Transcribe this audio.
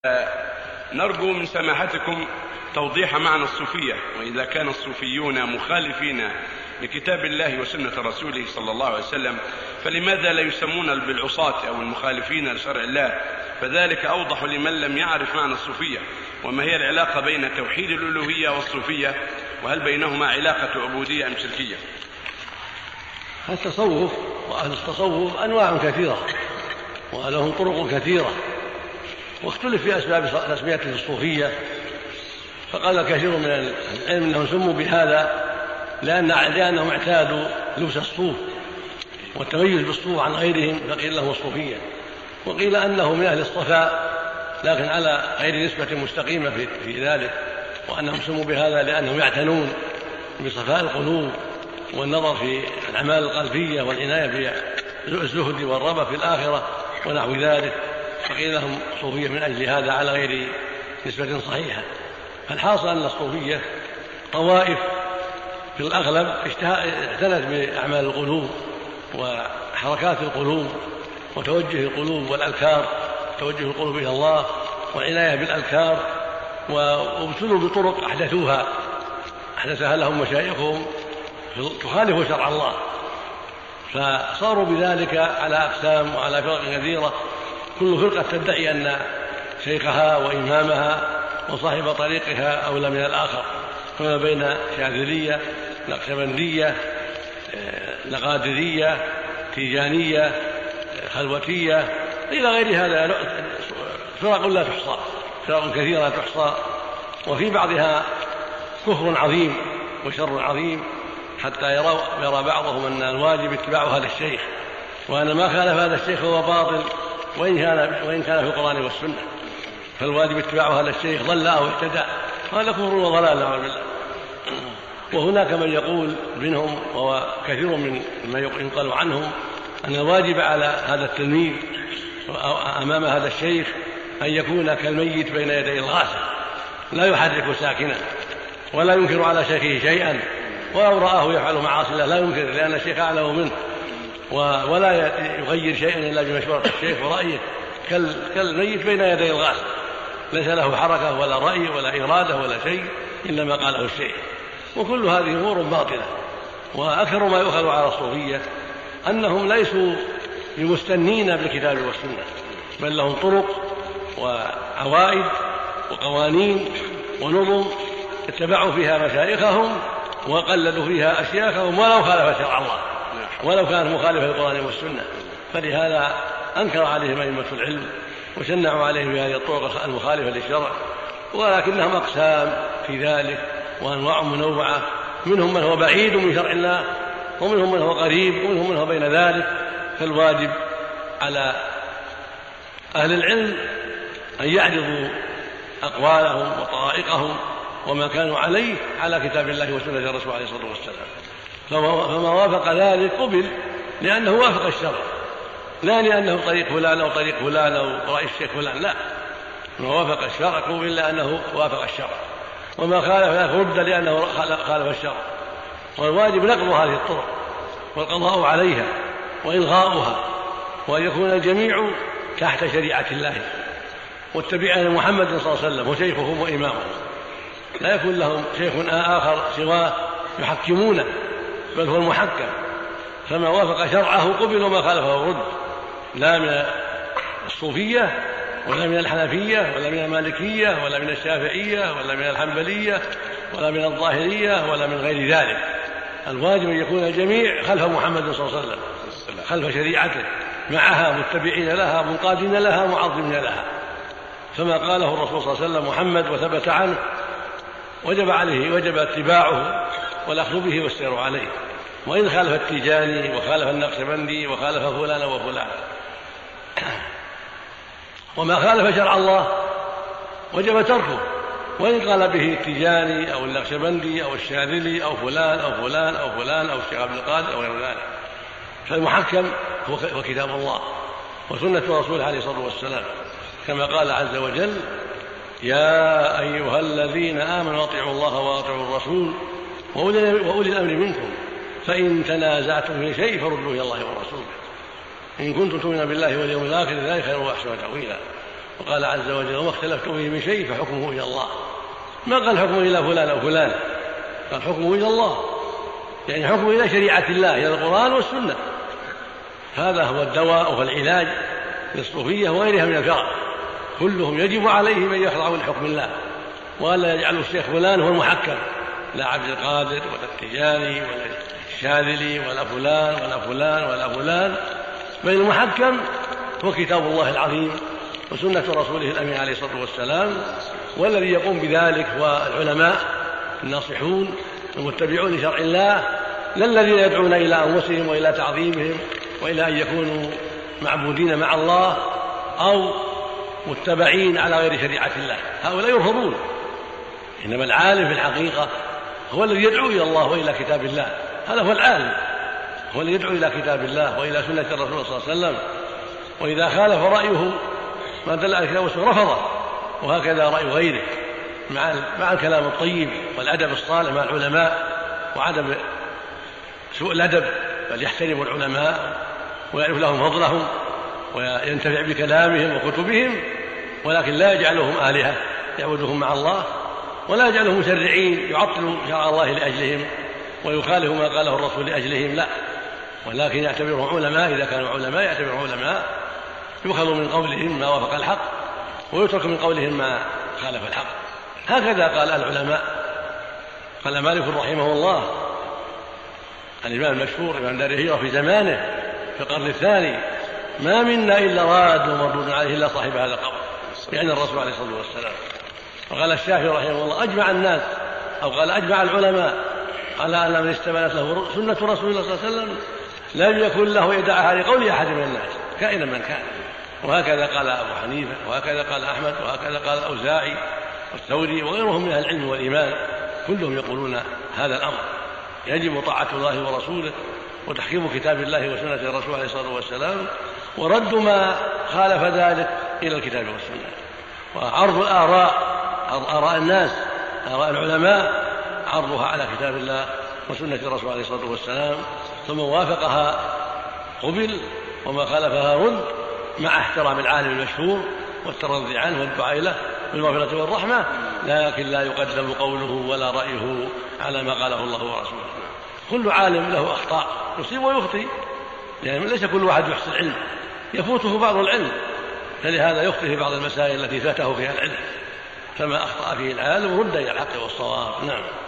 نرجو من سماحتكم توضيح معنى الصوفية، وإذا كان الصوفيون مخالفين لكتاب الله وسنة رسوله صلى الله عليه وسلم فلماذا لا يسمون بالعصاة أو المخالفين لشرع الله؟ فذلك أوضح لمن لم يعرف معنى الصوفية. وما هي العلاقة بين توحيد الألوهية والصوفية، وهل بينهما علاقة عبودية أم شركية؟ التصوف وأهل التصوف أنواع كثيرة ولهم طرق كثيرة، واختلف في أسباب تسميته الصوفية. فقال كثير من العلم أنهم سموا بهذا لأنهم اعتادوا لبس الصوف والتميز بالصوف عن غيرهم، فقيل لهم الصوفية. وقيل أنه من أهل الصفاء لكن على غير نسبة مستقيمة في ذلك، وأنهم سموا بهذا لأنهم يعتنون بصفاء القلوب والنظر في الأعمال القلبية والعناية بالزهد والرغبة في الآخرة ونحو ذلك، فقيل لهم صوفية من أجل هذا على غير نسبة صحيحة. فالحاصل أن الصوفية طوائف في الأغلب اعتنت بأعمال القلوب وحركات القلوب وتوجه القلوب والأذكار، توجه القلوب إلى الله والعناية بالأذكار، وابتلوا بطرق أحدثها لهم مشايخهم تخالف شرع الله، فصاروا بذلك على أقسام وعلى فرق كثيرة، كل فرقة تدعي أن شيخها وإمامها وصاحب طريقها أولى من الآخر، كما بين شاذلية، نقشبندية، نقادرية، تيجانية، خلوتية إلى غير هذا، فرق لا تحصى، فرق كثيرة لا تحصى، وفي بعضها كفر عظيم وشر عظيم، حتى يرى بعضهم أن الواجب اتباع هذا الشيخ، وأن ما خالف هذا الشيخ هو باطل وإن كان في القرآن والسنة، فالواجب اتباع هذا الشيخ ضل أو اهتدى، هذا كفر وضلال نعوذ بالله. وهناك من يقول منهم وهو كثير من ما ينقل عنهم أن الواجب على هذا التلميذ أمام هذا الشيخ أن يكون كالميت بين يدي الغاسل، لا يحرك ساكنا ولا ينكر على شيخه شيئا، ولو رآه يفعل معاصي لا ينكر لأن الشيخ أعلم منه، ولا يغير شيئا إلا بمشورة الشيخ ورأيه، كالميت بين يدي الغاسل، ليس له حركة ولا رأي ولا إرادة ولا شيء إلا ما قاله الشيخ. وكل هذه أمور باطلة. وأكثر ما يؤخذ على الصوفية أنهم ليسوا بمستنين بالكتاب والسنة، بل لهم طرق وعوائد وقوانين ونظم اتبعوا فيها مشايخهم وقلدوا فيها أشياخهم ولو خالف شرع الله، ولو كانت مخالفة للقرآن والسنة. فلهذا أنكر عليهم أئمة العلم وشنعوا عليهم بهذه الطرق المخالفة للشرع، ولكنهم أقسام في ذلك وأنواع منوعة، منهم من هو بعيد من شرع الله، ومنهم من هو قريب، ومنهم من هو بين ذلك. فالواجب على أهل العلم أن يعرضوا أقوالهم وطرائقهم وما كانوا عليه على كتاب الله وسنة الرسول عليه الصلاة والسلام، فما وافق ذلك قبل لأنه وافق الشرع، لا لأنه طريق فلان أو طريق فلان أو رأي الشيخ فلان، لا، ما وافق الشرع قبل لأنه وافق الشرع، وما خالف ذلك رد لأنه خالف الشرع. والواجب نقض هذه الطرق والقضاء عليها وإلغاؤها، وأن يكون الجميع تحت شريعة الله والتبعين لمحمد صلى الله عليه وسلم وشيخهم وإمامهم، لا يكون لهم شيخ آخر سواه يحكمونه، بل هو المحكم، فما وافق شرعه قبل وما خالفه رد، لا من الصوفية ولا من الحنفية ولا من المالكية ولا من الشافعية ولا من الحنبلية ولا من الظاهرية ولا من غير ذلك. الواجب أن يكون الجميع خلف محمد صلى الله عليه وسلم، خلف شريعته، معها متبعين لها منقادين لها معظمين لها، كما قاله الرسول صلى الله عليه وسلم محمد وثبت عنه، وجب اتباعه والأخذ به والسير عليه. وإن خالف التيجاني وخالف النقشبندي وخالف فلان وفلان، وما خالف شرع الله وجب تركه، وإن قال به التيجاني أو النقشبندي أو الشاذلي أو فلان أو فلان أو فلان أو الشيخ عبد القادر أو غير ذلك. فالمحكم هو كتاب الله وسنة رسوله عليه الصلاة والسلام، كما قال عز وجل: يا أيها الذين آمنوا اطيعوا الله واطيعوا الرسول وأولي الأمر منكم فإن تنازعتم في شيء فردوه إلى الله ورسوله إن كنتم تؤمنون بالله واليوم الآخر ذلك خير وأحسن تأويلا. وقال عز وجل وما اختلفتم به من شيء فحكمه إلى الله. ما قال حكمه إلى فلان أو فلان، قال حكمه إلى الله، يعني حكمه إلى شريعة الله، إلى القرآن والسنة. هذا هو الدواء والعلاج للصوفية وغيرها من الفرق، كلهم يجب عليهم أن يخضعوا لحكم الله، ولا يجعلوا الشيخ فلان هو المحكم، لا عبد القادر ولا التجاني ولا الشاذلي ولا فلان ولا فلان ولا فلان، بل المحكم هو كتاب الله العظيم وسنة رسوله الأمين عليه الصلاة والسلام، والذي يقوم بذلك هو العلماء الناصحون المتبعون لشرع الله، لا الذين يدعون إلى أنفسهم وإلى تعظيمهم وإلى أن يكونوا معبودين مع الله أو متبعين على غير شريعة الله، هؤلاء يرفضون. إنما العالم في الحقيقة هو الذي يدعو إلى الله وإلى كتاب الله، هذا هو العالم، هو الذي يدعو إلى كتاب الله وإلى سنة الرسول صلى الله عليه وسلم، وإذا خالف رأيه ما دل على الكتاب والسنة رفضه، وهكذا رأي غيره مع الكلام الطيب والأدب الصالح مع العلماء وعدم سوء الأدب، بل يحترم العلماء ويعرف لهم فضلهم وينتفع بكلامهم وكتبهم، ولكن لا يجعلهم آلهة يعبدهم مع الله، ولا يجعلهم مشرعين يعطلوا شرع الله لأجلهم ويخالف ما قاله الرسول لأجلهم، لا، ولكن يعتبرهم علماء. إذا كانوا علماء يعتبرهم علماء، يؤخذ من قولهم ما وافق الحق ويترك من قولهم ما خالف الحق. هكذا قال العلماء. قال مالك رحمه الله الإمام المشهور إمام دار الهجرة في زمانه في القرن الثاني: ما منا إلا راد ومردود عليه إلا صاحب هذا القبر، يعني الرسول عليه الصلاة والسلام. وقال الشافعي رحمه الله أجمع الناس أو قال أجمع العلماء على أن من استبانت له سنة رسول الله صلى الله عليه وسلم لم يكن له يدعها لقول أحد من الناس كائنا من كان. وهكذا قال أبو حنيفة، وهكذا قال أحمد، وهكذا قال الأوزاعي والثوري وغيرهم من أهل العلم والإيمان، كلهم يقولون هذا الأمر، يجب طاعة الله ورسوله وتحكيم كتاب الله وسنة الرسول عليه الصلاة والسلام، ورد ما خالف ذلك إلى الكتاب والسنة، وعرض الآراء، عرض آراء الناس، آراء العلماء، عرضها على كتاب الله وسنة الرسول عليه الصلاة والسلام، ثم وافقها قبل وما خالفها رد، مع احترام العالم المشهور والترضي عنه والدعاء له بالمغفرة والرحمة، لكن لا يقدم قوله ولا رأيه على ما قاله الله ورسوله. كل عالم له أخطاء يصيب ويخطئ، يعني ليس كل واحد يحسن العلم، يفوته بعض العلم، فلهذا يخطئ في بعض المسائل التي فاته فيها العلم، فما أخطأ فيه العالم رد إلى الحق والصواب. نعم.